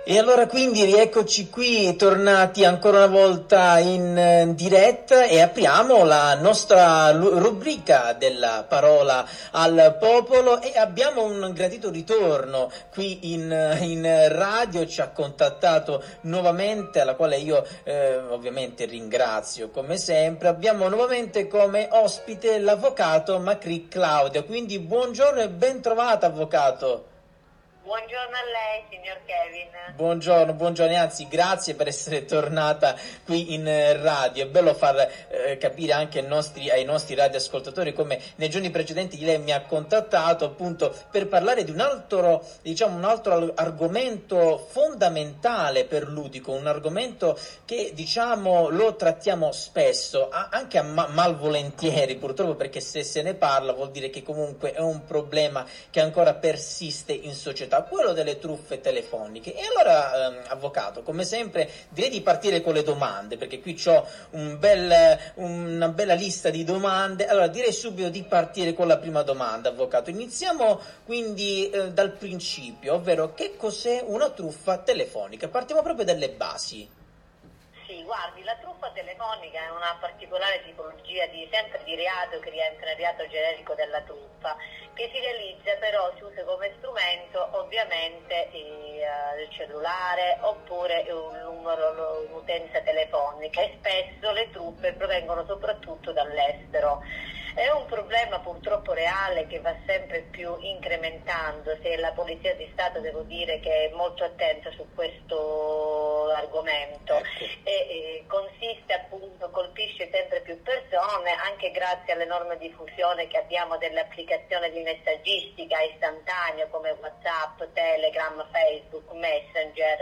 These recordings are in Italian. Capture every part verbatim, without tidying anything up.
E allora quindi rieccoci qui, tornati ancora una volta in eh, diretta e apriamo la nostra lu- rubrica della parola al popolo e abbiamo un gradito ritorno qui in, in radio, ci ha contattato nuovamente, alla quale io eh, ovviamente ringrazio come sempre. Abbiamo nuovamente come ospite l'avvocato Macri Claudia, quindi buongiorno e ben trovata avvocato. Buongiorno a lei, signor Kevin. Buongiorno, buongiorno, anzi grazie per essere tornata qui in radio. È bello far eh, capire anche ai nostri, ai nostri radioascoltatori come nei giorni precedenti lei mi ha contattato appunto per parlare di un altro, diciamo, un altro argomento fondamentale per Ludico, un argomento che diciamo lo trattiamo spesso, anche a ma- malvolentieri purtroppo, perché se se ne parla vuol dire che comunque è un problema che ancora persiste in società, quello delle truffe telefoniche. E allora ehm, avvocato, come sempre direi di partire con le domande, perché qui c'ho un bel, una bella lista di domande. Allora direi subito di partire con la prima domanda, avvocato. Iniziamo quindi eh, dal principio, ovvero che cos'è una truffa telefonica? Partiamo proprio dalle basi. Sì, guardi, la truffa telefonica è una particolare tipologia di, sempre di reato che rientra nel reato generico della truffa, che si realizza però, si usa come strumento ovviamente eh, il cellulare oppure un numero, un'utenza telefonica, e spesso le truffe provengono soprattutto dall'estero. È un problema purtroppo reale che va sempre più incrementando, se la Polizia di Stato devo dire che è molto attenta su questo argomento. Ecco. E, e consiste appunto, colpisce sempre più persone anche grazie all'enorme diffusione che abbiamo delle applicazioni di messaggistica istantanea come WhatsApp, Telegram, Facebook, Messenger.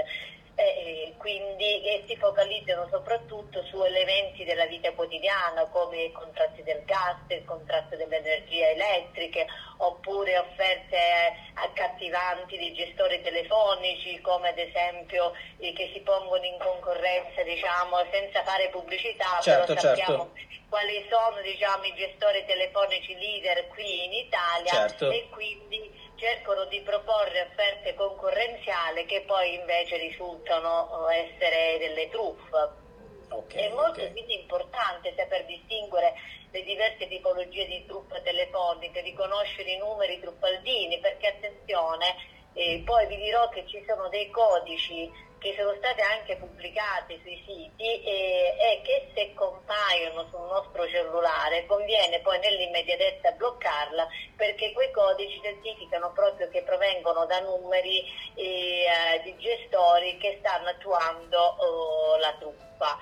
E quindi e si focalizzano soprattutto su elementi della vita quotidiana come i contratti del gas, il contratto delle energie elettriche, oppure offerte accattivanti di gestori telefonici come ad esempio eh, che si pongono in concorrenza, diciamo, senza fare pubblicità, Certo, però sappiamo certo. quali sono, diciamo, i gestori telefonici leader qui in Italia. Certo. E quindi cercano di proporre offerte concorrenziali che poi invece risultano essere delle truffe. Okay, È molto okay. quindi importante saper distinguere le diverse tipologie di truffe telefoniche, riconoscere i numeri truffaldini, perché attenzione, eh, poi vi dirò che ci sono dei codici che sono stati anche pubblicati sui siti e, e che se compaiono sul nostro cellulare conviene poi nell'immediatezza bloccarla, perché quei codici certificano proprio che provengono da numeri eh, di gestori che stanno attuando oh, la truffa.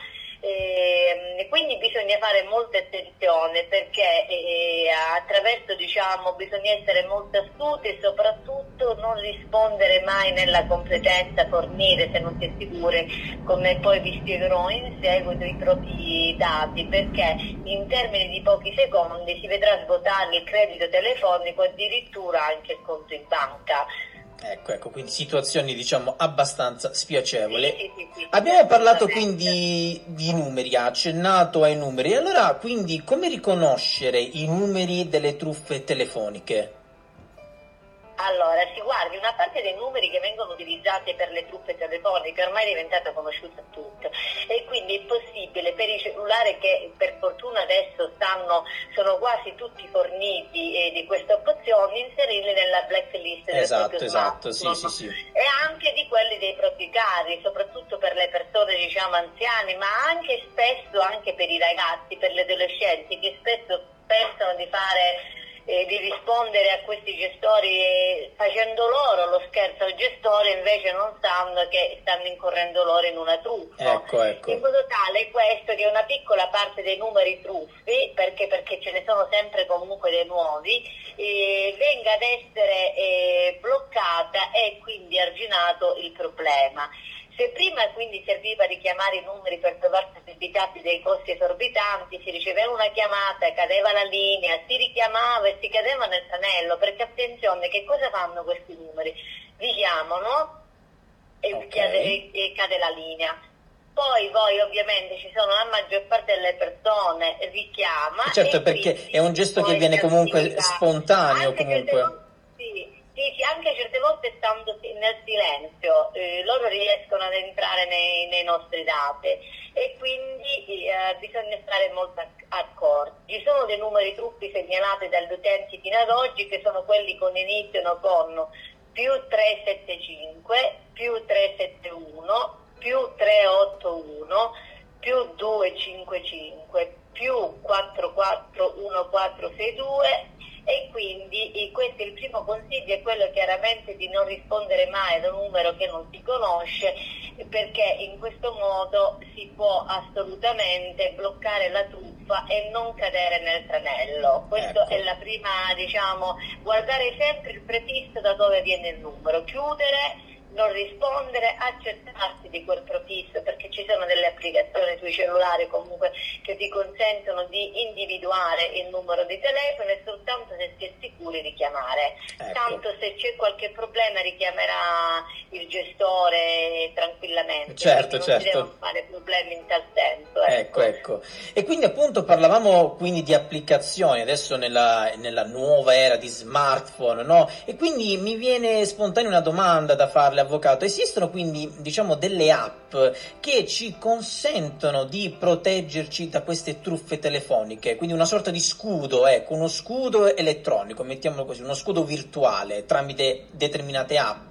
E quindi bisogna fare molta attenzione, perché eh, attraverso, diciamo, bisogna essere molto astuti e soprattutto non rispondere mai nella competenza, fornire, se non si è sicuri, come poi vi spiegherò in seguito, i propri dati, perché in termini di pochi secondi si vedrà svuotare il credito telefonico, addirittura anche il conto in banca. Ecco, ecco, quindi situazioni diciamo abbastanza spiacevoli. Sì, sì, sì, sì, Abbiamo parlato assolutamente. quindi di numeri, ha accennato ai numeri. Allora, quindi come riconoscere i numeri delle truffe telefoniche? Allora, si guardi, una parte dei numeri che vengono utilizzati per le truffe telefoniche ormai è diventata conosciuta a tutti, e quindi è possibile per i cellulari, che per fortuna adesso stanno, sono quasi tutti forniti eh, di queste opzioni, inserirli nella blacklist del Esatto, proprio esatto, sì, smartphone, sì, sì. e anche di quelli dei propri cari, soprattutto per le persone, diciamo, anziane, ma anche spesso anche per i ragazzi, per gli adolescenti, che spesso pensano di fare Eh, di rispondere a questi gestori eh, facendo loro lo scherzo al gestore, invece non sanno che stanno incorrendo loro in una truffa. Ecco, ecco. In modo tale questo che una piccola parte dei numeri truffi, perché, perché ce ne sono sempre comunque dei nuovi, eh, venga ad essere eh, bloccata e quindi arginato il problema. Se prima quindi serviva richiamare i numeri per trovarsi addebitati dei costi esorbitanti, si riceveva una chiamata, cadeva la linea, si richiamava e si cadeva nel tranello, perché attenzione, che cosa fanno questi numeri? Vi chiamano e, Okay. cade, e, e cade la linea. Poi voi ovviamente ci sono la maggior parte delle persone richiama. Certo, e perché è un gesto che viene comunque spontaneo anche comunque. Certe volte, sì, sì, sì, anche certe volte stando nel silenzio, eh, loro riescono ad entrare nei, nei nostri dati e quindi eh, bisogna stare molto accorti. Ci sono dei numeri truffi segnalati dagli utenti fino ad oggi, che sono quelli che iniziano con più tre sette cinque, più tre sette uno, più tre otto uno, più due cinque cinque, più quattro quattro uno quattro sei due. E quindi questo è il primo consiglio, è quello chiaramente di non rispondere mai ad un numero che non si conosce, perché in questo modo si può assolutamente bloccare la truffa e non cadere nel tranello. Questo ecco. È la prima, diciamo, guardare sempre il prefisso da dove viene il numero, chiudere, non rispondere, accertarsi di quel prefisso, perché ci sono delle applicazioni sui cellulari comunque che ti consentono di individuare il numero di telefono e soltanto se si è sicuri di chiamare. Ecco. Tanto se c'è qualche problema richiamerà il gestore tranquillamente. Certo, non certo. si devono fare problemi in tal senso. Ecco. ecco, ecco. E quindi appunto parlavamo quindi di applicazioni, adesso nella, nella nuova era di smartphone, no? E quindi mi viene spontanea una domanda da farle, avvocato. Esistono quindi, diciamo, delle app che ci consentono di proteggerci da queste truffe telefoniche, quindi una sorta di scudo, ecco, uno scudo elettronico, mettiamolo così, uno scudo virtuale tramite determinate app?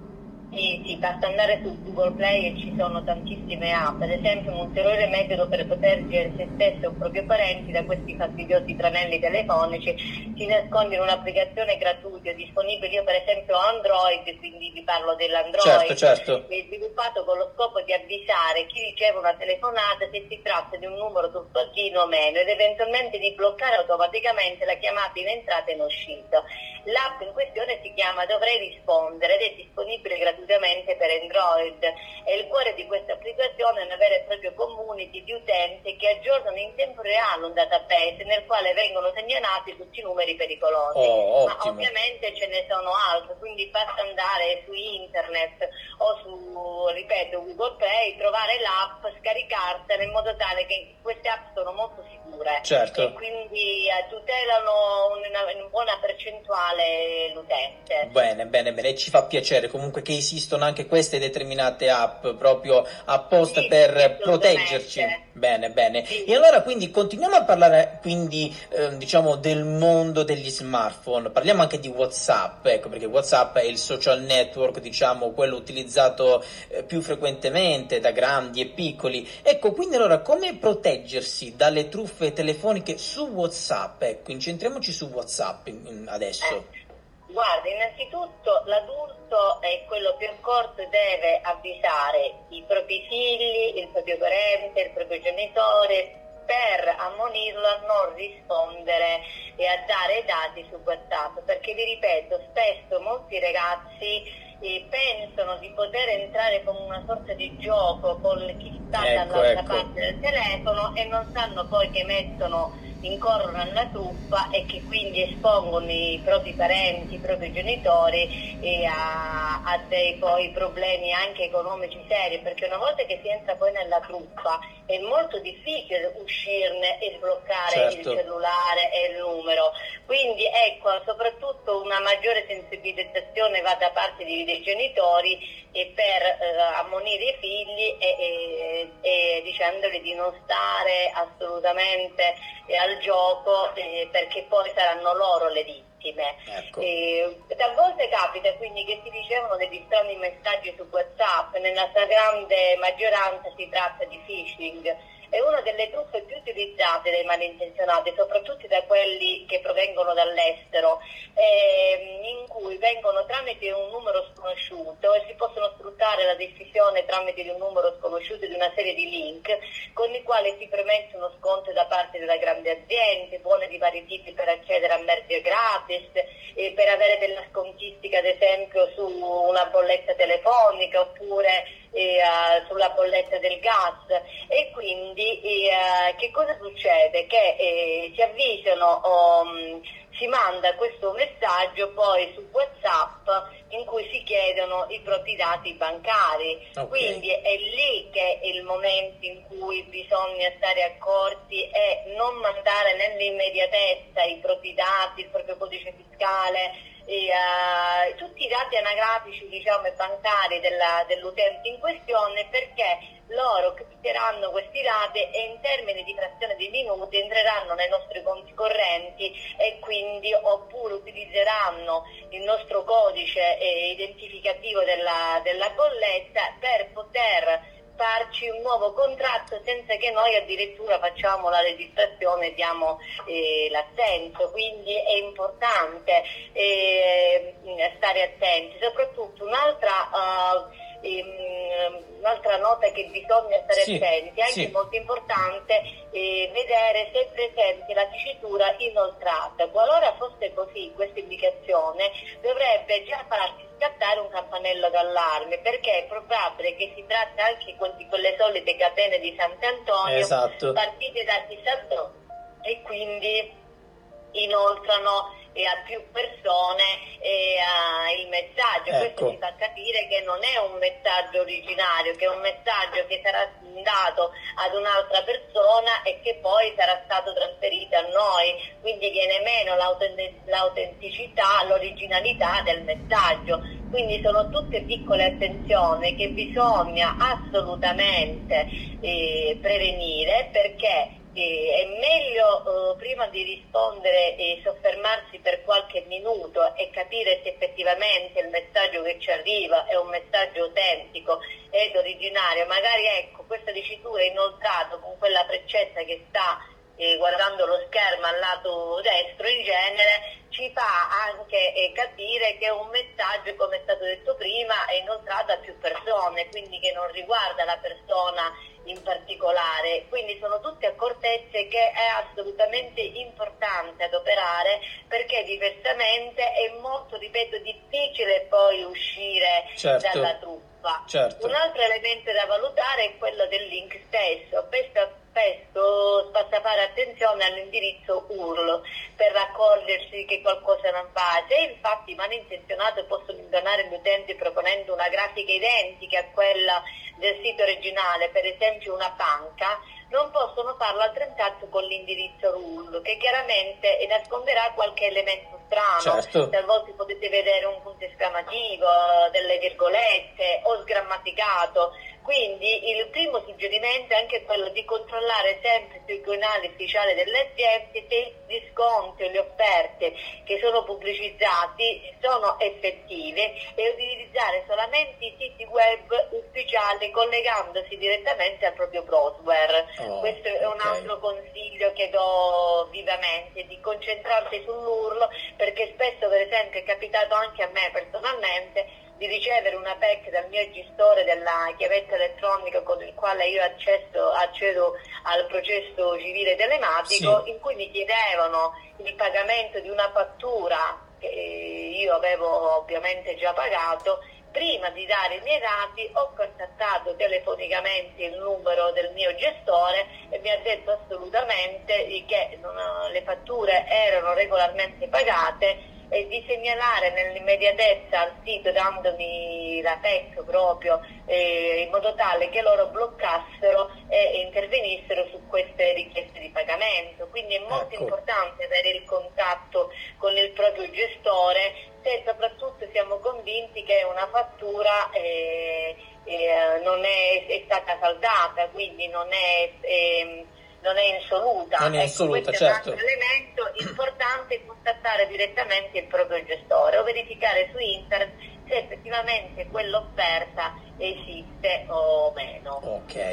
Sì, sì, basta andare su Google Play e ci sono tantissime app. Ad esempio, un ulteriore metodo per proteggere se stesso o propri parenti da questi fastidiosi tranelli telefonici si nasconde in un'applicazione gratuita disponibile. Io per esempio ho Android, quindi vi parlo dell'Android, certo, certo. È sviluppato con lo scopo di avvisare chi riceve una telefonata se si tratta di un numero truffaldino o meno ed eventualmente di bloccare automaticamente la chiamata in entrata e in uscita. L'app in questione si chiama Dovrei rispondere ed è disponibile gratuitamente per Android e il cuore di questa applicazione è una vera e propria community di utenti che aggiornano in tempo reale un database nel quale vengono segnalati tutti i numeri pericolosi. Oh, ma ovviamente ce ne sono altri, quindi basta andare su internet o su, ripeto, Google Play, trovare l'app, scaricarsela in modo tale che queste app sono molto sicure. Certo. E quindi eh, tutelano una, una buona percentuale l'utente. Bene, bene, bene, ci fa piacere comunque che esistono anche queste determinate app proprio apposta sì, per proteggerci. Bene, bene. Sì. E allora quindi continuiamo a parlare quindi eh, diciamo del mondo degli smartphone, parliamo anche di WhatsApp, ecco, perché WhatsApp è il social network, diciamo, quello utilizzato eh, più frequentemente da grandi e piccoli. Ecco, quindi allora come proteggersi dalle truffe telefoniche su WhatsApp? Ecco, incentriamoci su WhatsApp in, in, adesso. Eh. Guarda, innanzitutto l'adulto è quello più accorto, deve avvisare i propri figli, il proprio parente, il proprio genitore per ammonirlo a non rispondere e a dare dati su WhatsApp, perché vi ripeto, spesso molti ragazzi eh, pensano di poter entrare con una sorta di gioco con chi sta ecco, dall'altra ecco. parte del telefono e non sanno poi che mettono incorrono alla truffa e che quindi espongono i propri parenti, i propri genitori e a, a dei poi problemi anche economici seri, perché una volta che si entra poi nella truffa è molto difficile uscirne e sbloccare certo. il cellulare e il numero. Quindi ecco, soprattutto una maggiore sensibilizzazione va da parte dei, dei genitori e per eh, ammonire i figli e, e, e dicendogli di non stare assolutamente eh, al gioco eh, perché poi saranno loro le vittime. Ecco. Eh, talvolta capita quindi che si ricevono degli strani messaggi su WhatsApp, nella stragrande maggioranza si tratta di phishing. È una delle truffe più utilizzate dai malintenzionati, soprattutto da quelli che provengono dall'estero, ehm, in cui vengono tramite un numero sconosciuto e si possono sfruttare la diffusione tramite di un numero sconosciuto di una serie di link con i quali si premettono sconti da parte della grande aziende, buone di vari tipi per accedere a merci gratis, eh, per avere della scontistica ad esempio su una bolletta telefonica oppure E, uh, sulla bolletta del gas e quindi uh, che cosa succede? Che eh, si avvisano, um, si manda questo messaggio poi su WhatsApp in cui si chiedono i propri dati bancari, okay. Quindi è lì che è il momento in cui bisogna stare accorti e non mandare nell'immediatezza i propri dati, il proprio codice fiscale E, uh, tutti i dati anagrafici, diciamo, e bancari della, dell'utente in questione, perché loro cripteranno questi dati e in termini di frazione di minuti entreranno nei nostri conti correnti e quindi oppure utilizzeranno il nostro codice eh, identificativo della, della bolletta per poter farci un nuovo contratto senza che noi addirittura facciamo la registrazione e diamo eh, l'assenso. Quindi è importante eh, stare attenti. Soprattutto un'altra uh, ehm, un'altra nota che bisogna stare sì, attenti, anche sì. molto importante eh, vedere se è presente la dicitura inoltrata. Qualora fosse così, questa indicazione dovrebbe già farci scattare un campanello d'allarme, perché è probabile che si tratta anche di quelle solite catene di Sant'Antonio, esatto, partite da chissà e quindi inoltrano e a più persone e a il messaggio. ecco. Questo ci fa capire che non è un messaggio originario, che è un messaggio che sarà dato ad un'altra persona e che poi sarà stato trasferito a noi, quindi viene meno l'autenticità, l'originalità del messaggio. Quindi sono tutte piccole attenzioni che bisogna assolutamente eh, prevenire, perché Eh, è meglio eh, prima di rispondere e soffermarsi per qualche minuto e capire se effettivamente il messaggio che ci arriva è un messaggio autentico ed originario. Magari ecco, questa dicitura inoltrata con quella freccetta che sta eh, guardando lo schermo al lato destro in genere ci fa anche eh, capire che un messaggio, come è stato detto prima, è inoltrato a più persone, quindi che non riguarda la persona in particolare. Quindi sono tutte accortezze che è assolutamente importante adoperare, perché diversamente è molto, ripeto, difficile poi uscire certo. dalla truffa. Certo. Un altro elemento da valutare è quello del link stesso. Spesso, spesso basta fare attenzione all'indirizzo U R L per accorgersi che qualcosa non va. Se infatti malintenzionato possono ingannare gli utenti proponendo una grafica identica a quella del sito originale, per esempio una banca, non possono farlo altrettanto con l'indirizzo U R L, che chiaramente nasconderà qualche elemento strano. Certo. Talvolta potete vedere un punto esclamativo, delle virgolette o sgrammaticato. Quindi il primo suggerimento è anche quello di controllare sempre sui canali ufficiali delle aziende se gli sconti o le offerte che sono pubblicizzati sono effettive e utilizzare solamente i siti web ufficiali collegandosi direttamente al proprio browser. Oh, questo è un okay. altro consiglio che do vivamente, di concentrarsi sull'U R L, perché spesso, per esempio, è capitato anche a me personalmente di ricevere una P E C dal mio gestore della chiavetta elettronica con il quale io accesso, accedo al processo civile telematico, sì. in cui mi chiedevano il pagamento di una fattura che io avevo ovviamente già pagato. Prima di dare i miei dati ho contattato telefonicamente il numero del mio gestore e mi ha detto assolutamente che non, le fatture erano regolarmente pagate, e di segnalare nell'immediatezza al sito dandomi la P E C proprio eh, in modo tale che loro bloccassero e intervenissero su queste richieste di pagamento. Quindi è molto ecco. importante avere il contatto con il proprio gestore, se soprattutto siamo convinti che una fattura eh, eh, non è, è stata saldata, quindi non è... Eh, non è insoluta. Non è insoluta, ecco, questo certo. è un altro elemento importante, è contattare direttamente il proprio gestore o verificare su internet se effettivamente quell'offerta esiste o meno. Ok.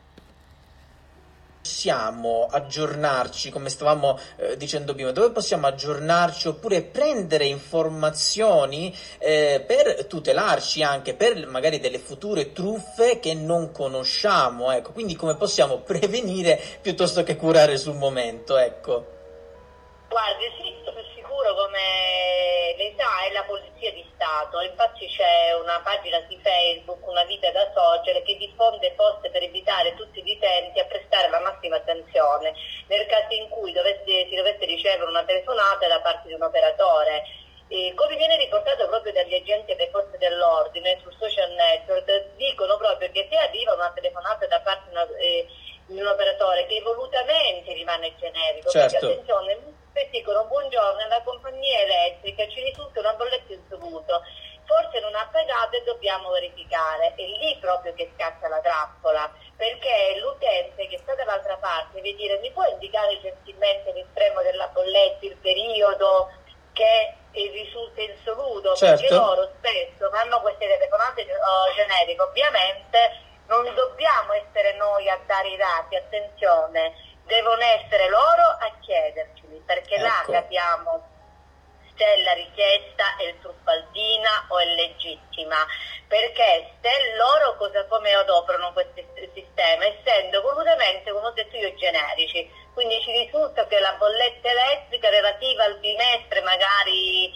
Possiamo aggiornarci, come stavamo eh, dicendo prima, dove possiamo aggiornarci oppure prendere informazioni eh, per tutelarci anche per magari delle future truffe che non conosciamo, ecco, quindi come possiamo prevenire piuttosto che curare sul momento, ecco. Guardi, sì, più sicuro, come lei sa, è la Polizia di Stato. Infatti c'è una pagina di Facebook, Una vita da social, che diffonde post per invitare tutti gli utenti a prestare la massima attenzione nel caso in cui dovesse, si dovesse ricevere una telefonata da parte di un operatore. E come viene riportato proprio dagli agenti delle forze dell'ordine sul social network, dicono proprio che se arriva una telefonata da parte di una, eh, di un operatore che volutamente rimane generico, certo. perché attenzione, e dicono buongiorno, è la compagnia elettrica, ci risulta una bolletta in assoluto, forse non ha pagato e dobbiamo verificare. È lì proprio che scatta la trappola, perché l'utente che sta dall'altra parte deve dire mi può indicare gentilmente l'estremo della bolletta, il periodo che risulta insoluto, certo. Perché loro spesso fanno queste telefonate uh, generiche. Ovviamente non dobbiamo essere noi a dare i dati, attenzione, devono essere loro a chiederceli, perché ecco. Là capiamo se la richiesta è truffaldina o è legittima, perché se loro cosa, come adoperano questo sistema, essendo volutamente, come ho detto io, generici, quindi ci risulta che la bolletta elettrica relativa al bimestre magari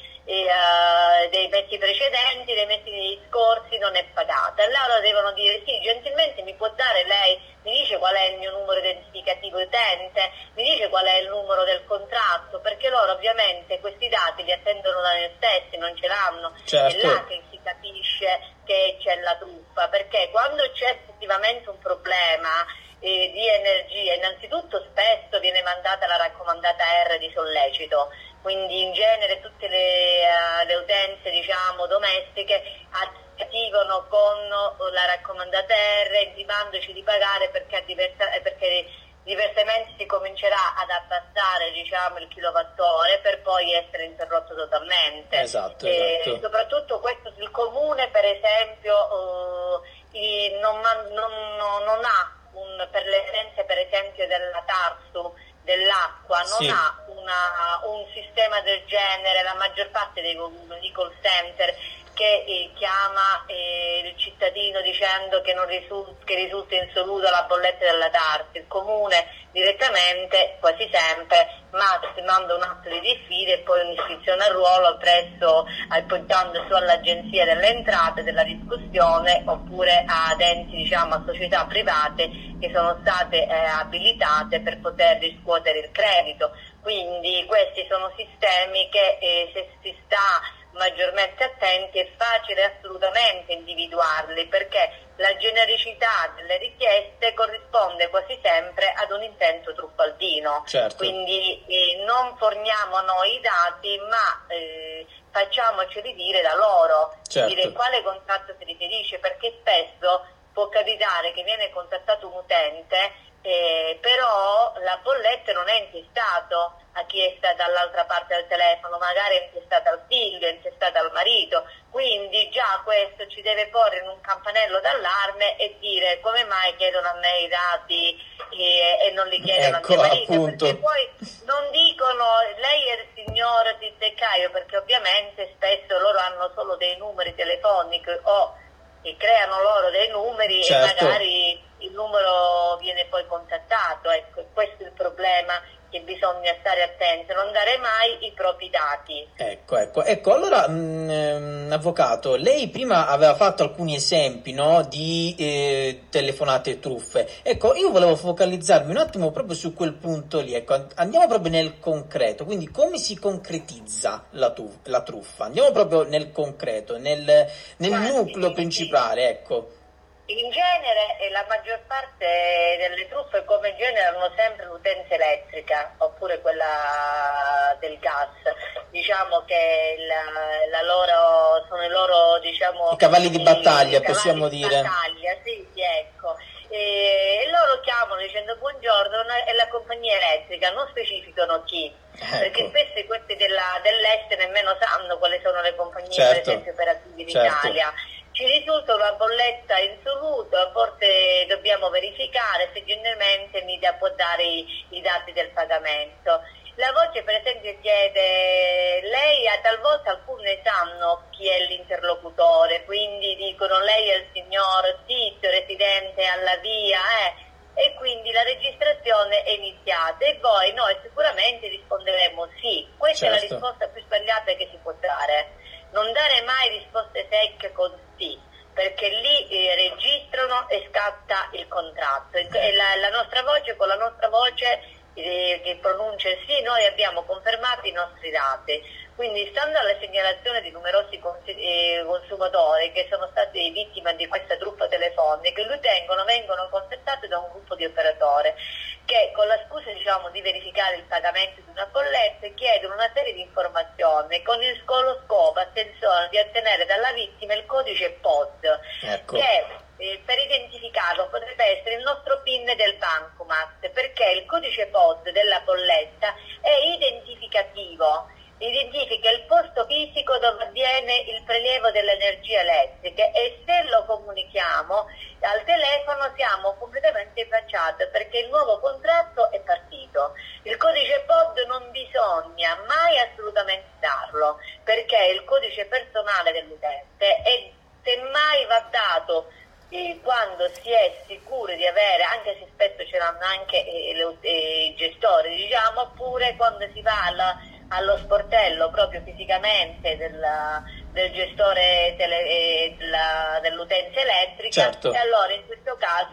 eh, dei mesi precedenti, dei mesi scorsi non è pagata, allora devono dire sì, gentilmente mi può dare lei, mi dice qual è il mio numero identificativo utente, mi dice qual è il numero del contratto, perché loro ovviamente questi dati li attendono da noi stessi, non ce l'hanno, certo. È là che si capisce che c'è la truffa, perché quando c'è effettivamente un problema eh, di energia, innanzitutto spesso viene mandata la raccomandata R di sollecito, quindi in genere tutte le, uh, le utenze diciamo domestiche attivano con la raccomandata R intimandoci di pagare perché, diversa, perché diversamente si comincerà ad abbassare diciamo il kilowattora per poi essere interrotto totalmente. Esatto, e esatto. Soprattutto questo sul comune per esempio uh, i, non, non, non, non ha un, per le evidenze per esempio della Tarsu dell'acqua non sì. ha una, un sistema del genere, la maggior parte dei, dei call center che eh, chiama eh, il cittadino dicendo che non risulta, che risulta insoluta la bolletta della Tarsi, il comune direttamente quasi sempre ma si manda un atto di diffida e poi un'iscrizione a ruolo presso appoggiando su all'agenzia delle entrate della discussione oppure ad enti diciamo a società private che sono state eh, abilitate per poter riscuotere il credito. Quindi questi sono sistemi che eh, se si sta maggiormente attenti è facile assolutamente individuarli, perché la genericità delle richieste corrisponde quasi sempre ad un intento truffaldino. Certo. Quindi eh, non forniamo noi i dati ma eh, facciamoceli dire da loro, certo. dire quale contratto si riferisce, perché spesso può capitare che viene contattato un utente Eh, però la bolletta non è intestata a chi è sta dall'altra parte del telefono, magari è intestata al figlio, è intestata al marito, quindi già questo ci deve porre in un campanello d'allarme e dire come mai chiedono a me i dati e, e non li chiedono ecco, a mio marito, appunto. Perché poi non dicono lei è il signor di Seccaio, perché ovviamente spesso loro hanno solo dei numeri telefonici o e creano loro dei numeri certo. e magari il numero viene poi contattato. Ecco, questo è il problema che bisogna stare attenti, non dare mai i propri dati. Ecco, ecco, ecco. Allora, mh, avvocato, lei prima aveva fatto alcuni esempi, no, di eh, telefonate truffe. Ecco, io volevo focalizzarmi un attimo proprio su quel punto lì. Ecco, andiamo proprio nel concreto. Quindi, come si concretizza la, tu- la truffa? Andiamo proprio nel concreto, nel, nel Guardi, nucleo principale, ecco. In genere eh, la maggior parte delle truffe come genere hanno sempre l'utenza elettrica oppure quella del gas, diciamo che la, la loro, sono i loro diciamo i cavalli di battaglia, i, i possiamo cavalli dire. Di battaglia, sì, sì, ecco. E, e loro chiamano dicendo buongiorno, è la compagnia elettrica, non specificano chi, ecco. Perché spesso questi della, dell'est nemmeno sanno quali sono le compagnie certo. per esempio operative in certo. Italia. Ci risulta una bolletta insoluta, forse dobbiamo verificare se generalmente mi può dare i, i dati del pagamento. La voce per esempio chiede, lei a talvolta alcune sanno chi è l'interlocutore, quindi dicono lei è il signor Tizio, residente alla via, eh, e quindi la registrazione è iniziata e poi noi sicuramente risponderemo sì. Questa certo. è la risposta più sbagliata che si può dare. Non dare mai risposte secche con sì, perché lì eh, registrano e scatta il contratto. E la, la nostra voce, con la nostra voce eh, che pronuncia il sì, noi abbiamo confermato i nostri dati. Quindi, stando alla segnalazione di numerosi cons- eh, consumatori che sono stati vittime di questa truffa telefonica, ritengono vengono contattati da un gruppo di operatori che con la scusa diciamo di verificare il pagamento di una bolletta chiedono una serie di informazioni con il solo scopo, attenzione, di ottenere dalla vittima il codice P O D, ecco. che eh, per identificarlo potrebbe essere il nostro PIN del bancomat, perché il codice P O D della bolletta è identificativo. Identifica il posto fisico dove avviene il prelievo delle energie elettriche e se lo comunichiamo al telefono siamo completamente impacciati perché il nuovo contratto è partito. Il codice P O D non bisogna mai assolutamente darlo perché è il codice personale dell'utente e semmai va dato eh, quando si è sicuri di avere, anche se spesso ce l'hanno anche eh, le, eh, i gestori, diciamo, oppure quando si va alla allo sportello proprio fisicamente del, del gestore tele, eh, della, dell'utenza elettrica, certo. E allora in questo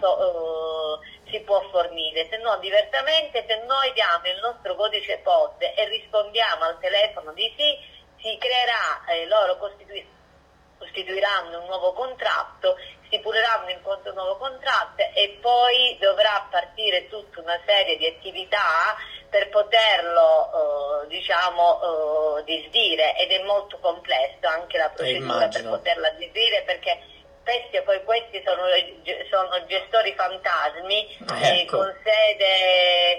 caso uh, si può fornire, se no diversamente se noi diamo il nostro codice P O D e rispondiamo al telefono di sì, si creerà, eh, loro costituiscono costituiranno un nuovo contratto, stipuleranno incontro un nuovo contratto e poi dovrà partire tutta una serie di attività per poterlo eh, diciamo eh, disdire ed è molto complesso anche la procedura per poterla disdire perché spesso poi questi sono, sono gestori fantasmi ecco. eh, con sede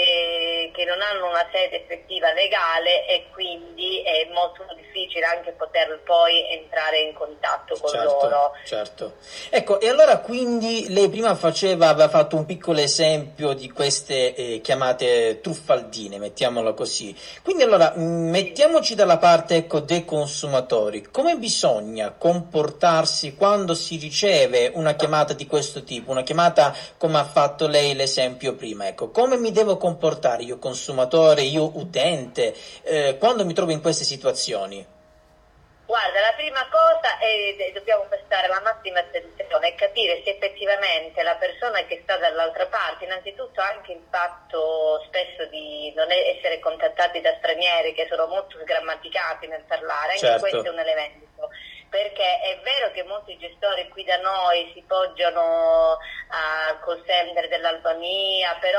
eh, che non hanno una sede effettiva legale e quindi è molto difficile anche poter poi entrare in contatto con certo, loro. Certo. Ecco, e allora quindi lei prima faceva, aveva fatto un piccolo esempio di queste eh, chiamate truffaldine, mettiamola così. Quindi allora mh, mettiamoci dalla parte ecco, dei consumatori. Come bisogna comportarsi quando si riceve una chiamata di questo tipo, una chiamata come ha fatto lei l'esempio prima, ecco, come mi devo comportare io consumatore, io utente, eh, quando mi trovo in queste situazioni? Guarda, la prima cosa è dobbiamo prestare la massima attenzione e capire se effettivamente la persona che sta dall'altra parte, innanzitutto anche il fatto spesso di non essere contattati da stranieri che sono molto sgrammaticati nel parlare, anche certo. questo è un elemento. Perché è vero che molti gestori qui da noi si poggiano al call center dell'Albania, però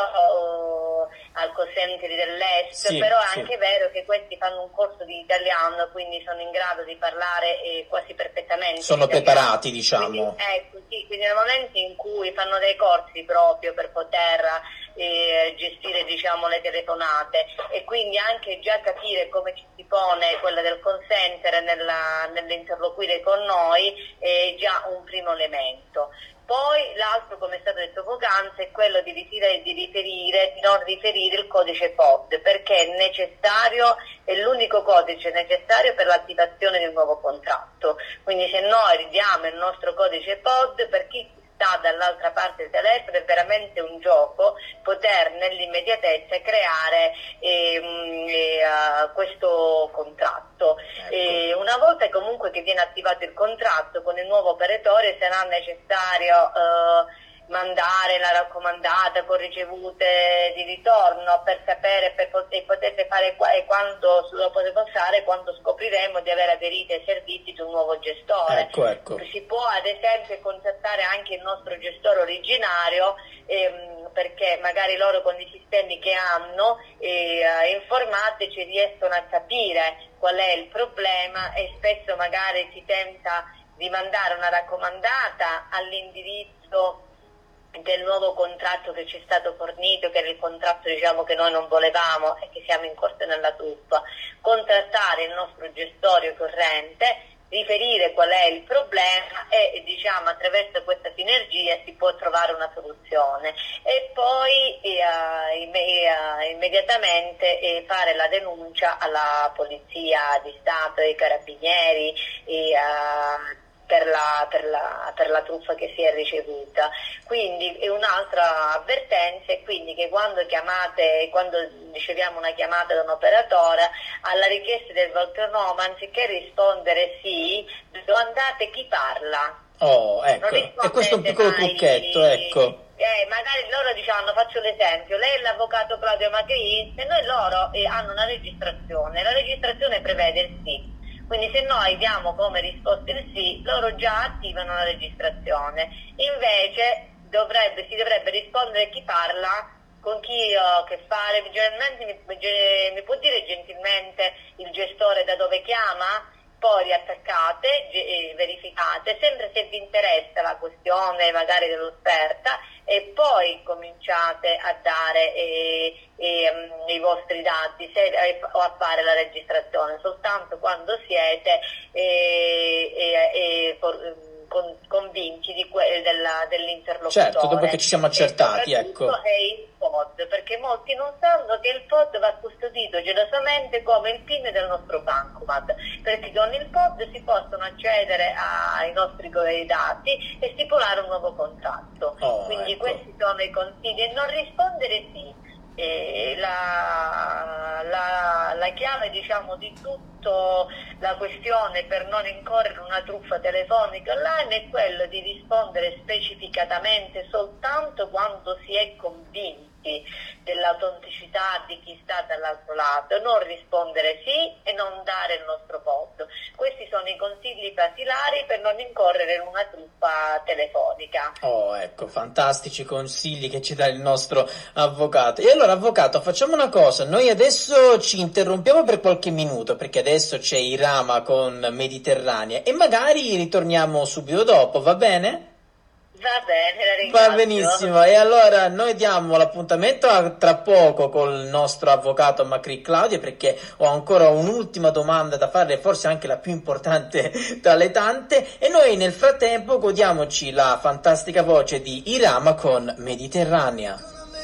oh, al call center dell'Est, sì, però è sì. anche vero che questi fanno un corso di italiano, quindi sono in grado di parlare eh, quasi perfettamente. Sono preparati, diciamo. Quindi, ecco, sì, quindi nel momento in cui fanno dei corsi proprio per poter eh, gestire diciamo le telefonate e quindi anche già capire come ci si pone quella del call center nella, nell'interloquire con noi è già un primo elemento. Poi l'altro, come è stato detto poc'anzi, è quello di riferire, di riferire, di non riferire il codice P O D, perché è necessario, è l'unico codice necessario per l'attivazione di un nuovo contratto. Quindi se noi ridiamo il nostro codice P O D, per chi sta dall'altra parte del telefono è veramente un gioco poter nell'immediatezza creare ehm, eh, uh, questo contratto. Ecco. E una volta comunque che viene attivato il contratto con il nuovo operatore sarà necessario eh, mandare la raccomandata con ricevute di ritorno per sapere per pot- e potete fare qua- e quando lo potete fare quando scopriremo di aver aderito ai servizi di un nuovo gestore. Ecco, ecco. Si può ad esempio contattare anche il nostro gestore originario ehm, perché magari loro con i sistemi che hanno eh, informatici riescono a capire qual è il problema e spesso magari si tenta di mandare una raccomandata all'indirizzo del nuovo contratto che ci è stato fornito, che era il contratto diciamo che noi non volevamo e che siamo incorsi nella truffa, contattare il nostro gestore corrente, riferire qual è il problema e diciamo attraverso questa sinergia si può trovare una soluzione e poi eh, imme- eh, immediatamente eh, fare la denuncia alla polizia di Stato, ai carabinieri e eh, Per la, per, la, per la truffa che si è ricevuta. Quindi è un'altra avvertenza è quindi che quando chiamate, quando riceviamo una chiamata da un operatore, alla richiesta del vostro nome, anziché rispondere sì, domandate chi parla. Oh, ecco, e questo è un piccolo mai, trucchetto, ecco. Eh, magari loro diciamo, faccio l'esempio, lei è l'avvocato Claudio Macri e noi loro eh, hanno una registrazione, la registrazione prevede il sì. Quindi se noi diamo come risposta il sì, loro già attivano la registrazione. Invece dovrebbe, si dovrebbe rispondere chi parla con chi ho a che fare, generalmente mi, mi può dire gentilmente il gestore da dove chiama? Poi riattaccate, eh, verificate, sempre se vi interessa la questione magari dell'offerta, e poi cominciate a dare eh, eh, i vostri dati se, eh, o a fare la registrazione, soltanto quando siete eh, eh, eh, for, con, convinti di que- della, dell'interlocutore. Certo, dopo che ci siamo accertati, e ecco. È il P O D, perché molti non sanno che il P O D va custodito gelosamente come il PIN del nostro bancomat, perché con il P O D si possono accedere ai nostri dati e stipulare un nuovo contratto. Oh, Quindi ecco. questi sono i consigli, e non rispondere sì. Eh, la, la, la chiave, diciamo, di tutto la questione per non incorrere in una truffa telefonica online è quello di rispondere specificatamente soltanto quando si è convinti dell'autenticità di chi sta dall'altro lato, non rispondere sì e non dare il nostro posto. Questi sono i consigli basilari per non incorrere in una truffa telefonica. Oh, ecco, fantastici consigli che ci dà il nostro avvocato. E allora, avvocato, facciamo una cosa, noi adesso ci interrompiamo per qualche minuto, perché adesso c'è Irama con Mediterranea, e magari ritorniamo subito dopo, va bene? Va bene, la ringrazio. Va benissimo, e allora noi diamo l'appuntamento a tra poco col nostro avvocato Macri Claudio, perché ho ancora un'ultima domanda da fare, forse anche la più importante tra le tante, e noi nel frattempo godiamoci la fantastica voce di Irama con Mediterranea.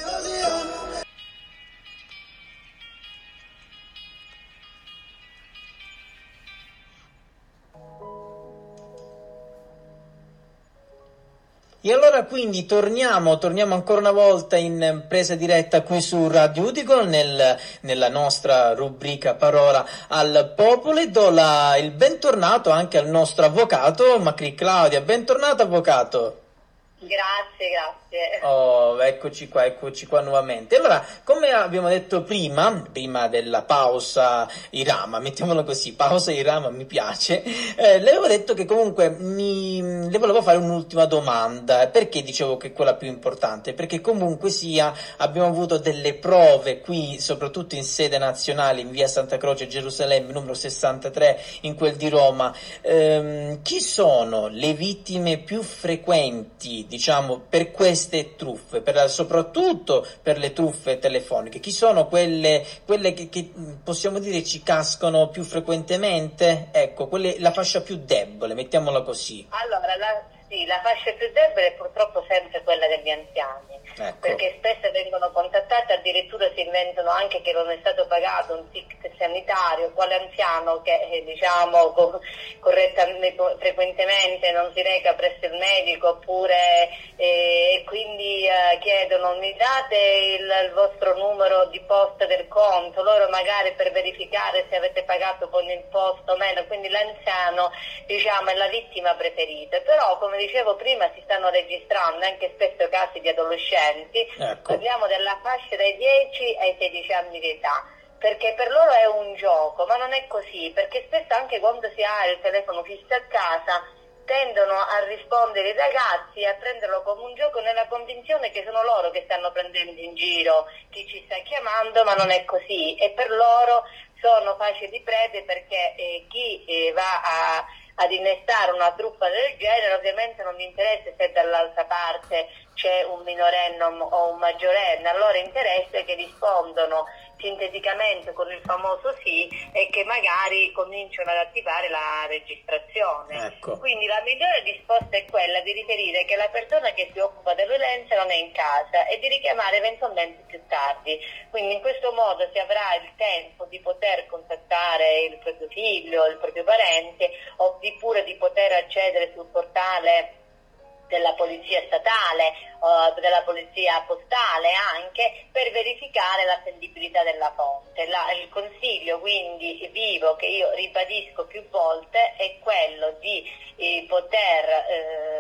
E allora quindi torniamo, torniamo ancora una volta in presa diretta qui su Radio Udicon nel, nella nostra rubrica Parola al Popolo, e do la, il bentornato anche al nostro avvocato Macri Claudia. Bentornato, avvocato. Grazie, grazie. Oh, eccoci qua, eccoci qua nuovamente. Allora, come abbiamo detto prima, prima della pausa Irama, mettiamolo così, pausa Irama mi piace, eh, le avevo detto che comunque mi, le volevo fare un'ultima domanda. Perché dicevo che è quella più importante? Perché comunque sia, abbiamo avuto delle prove qui, soprattutto in sede nazionale, in via Santa Croce, Gerusalemme, numero sessantatré, in quel di Roma. Ehm, chi sono le vittime più frequenti, diciamo, per queste truffe, per la, soprattutto per le truffe telefoniche? Chi sono quelle, quelle che, che possiamo dire ci cascano più frequentemente? Ecco, quelle, la fascia più debole, mettiamola così. Allora, la, sì, la fascia più debole è purtroppo sempre quella degli anziani, ecco. Perché spesso vengono contattati, addirittura si inventano anche che non è stato pagato un ticket sanitario, quale anziano che eh, diciamo co- correttamente, frequentemente non si reca presso il medico, oppure eh, e quindi eh, chiedono: mi date il, il vostro numero di posta del conto, loro magari per verificare se avete pagato con il posto o meno. Quindi l'anziano, diciamo, è la vittima preferita. Però, come dicevo prima, si stanno registrando anche spesso casi di adolescenti. Ecco. Parliamo della fascia dai dieci ai sedici anni di età, perché per loro è un gioco, ma non è così, perché spesso anche quando si ha il telefono fisso a casa tendono a rispondere i ragazzi, a prenderlo come un gioco, nella convinzione che sono loro che stanno prendendo in giro chi ci sta chiamando, ma non è così, e per loro sono facili prede, perché eh, chi eh, va a ad innestare una truffa del genere ovviamente non mi interessa se dall'altra parte c'è un minorenne o un maggiorenne, allora interessa che rispondono sinteticamente con il famoso sì e che magari cominciano ad attivare la registrazione. Ecco. Quindi la migliore risposta è quella di riferire che la persona che si occupa dell'utenza non è in casa e di richiamare eventualmente più tardi. Quindi in questo modo si avrà il tempo di poter contattare il proprio figlio, il proprio parente, oppure di poter accedere sul portale della polizia statale o della polizia postale, anche per verificare l'attendibilità della fonte. La, il consiglio quindi vivo, che io ribadisco più volte, è quello di eh, poter eh,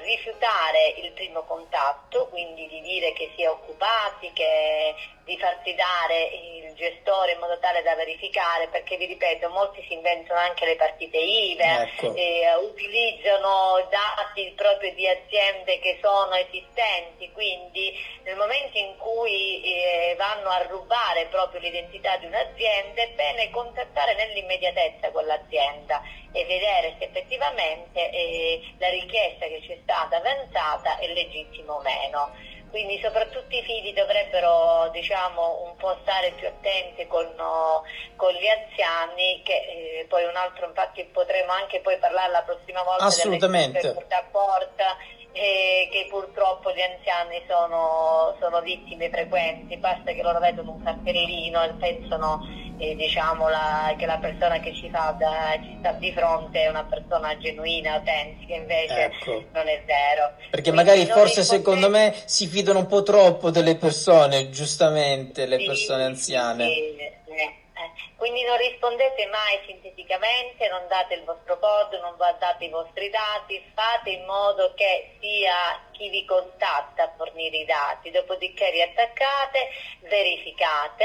rifiutare il primo contatto, quindi di dire che si è occupati, che di farsi dare il gestore in modo tale da verificare, perché vi ripeto, molti si inventano anche le partite I V A, ecco. eh, utilizzano dati proprio di aziende che sono esistenti, quindi nel momento in cui eh, vanno a rubare proprio l'identità di un'azienda è bene contattare nell'immediatezza quell'azienda e vedere se effettivamente eh, la richiesta che ci è stata avanzata è legittima o meno. Quindi soprattutto i figli dovrebbero, diciamo, un po' stare più attenti con, no, con gli anziani, che eh, poi un altro, infatti potremo anche poi parlare la prossima volta assolutamente delle porta a porta, eh, che purtroppo gli anziani sono, sono vittime frequenti, basta che loro vedono un cartellino e pensano eh, diciamo la, che la persona che ci, fa da, ci sta di fronte è una persona genuina, autentica, invece ecco. non è vero. Perché Quindi magari forse rispondete... secondo me si fidano un po' troppo delle persone, giustamente le sì, persone anziane. Sì, sì. Quindi non rispondete mai sinteticamente, non date il vostro codice, non date i vostri dati, fate in modo che sia chi vi contatta a fornire i dati, dopodiché riattaccate, verificate,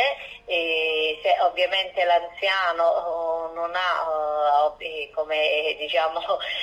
e se ovviamente l'anziano non ha, come diciamo,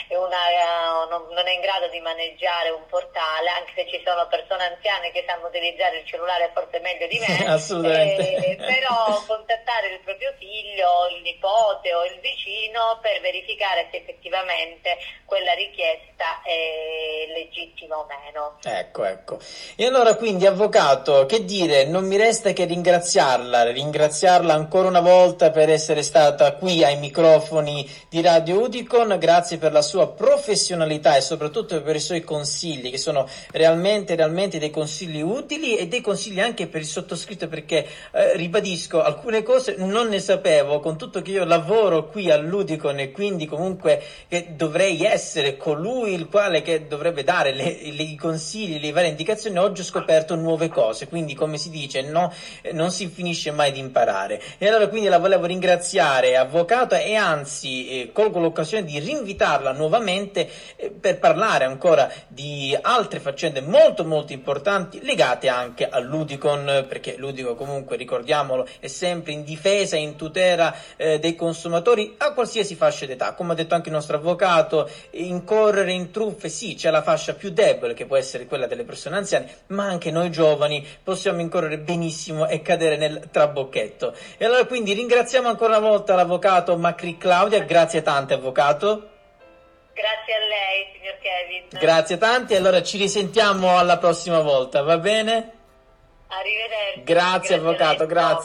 una, non è in grado di maneggiare un portale, anche se ci sono persone anziane che sanno utilizzare il cellulare forse meglio di me, assolutamente. Eh, però contattare il proprio figlio, il nipote o il vicino per verificare se effettivamente quella richiesta è legittima o meno. Ecco, ecco. E allora quindi, avvocato, che dire, non mi resta che ringraziarla, ringraziarla ancora una volta per essere stata qui ai microfoni di Radio Udicon, grazie per la sua professionalità e soprattutto per i suoi consigli, che sono realmente, realmente dei consigli utili e dei consigli anche per il sottoscritto, perché, eh, ribadisco, alcune cose non ne sapevo, con tutto che io lavoro qui all'Udicon e quindi comunque che dovrei essere colui il quale che dovrebbe dare le, le, i consigli, le varie indicazioni. Oggi ho scoperto nuove cose, quindi come si dice no, non si finisce mai di imparare. E allora quindi la volevo ringraziare, avvocato, e anzi eh, colgo l'occasione di rinvitarla nuovamente eh, per parlare ancora di altre faccende molto molto importanti legate anche all'Udicon, perché l'Udicon comunque, ricordiamolo, è sempre in difesa e in tutela eh, dei consumatori a qualsiasi fascia d'età. Come ha detto anche il nostro avvocato, incorrere in truffe, sì, c'è la fascia più debole che può essere quella delle persone anziane, ma anche noi giovani possiamo incorrere benissimo e cadere nel trabocchetto. E allora quindi ringraziamo ancora una volta l'avvocato Macri Claudia, grazie tante avvocato. Grazie a lei, signor Kevin. Grazie tanti, allora ci risentiamo alla prossima volta, va bene? Arrivederci. Grazie, grazie avvocato, grazie.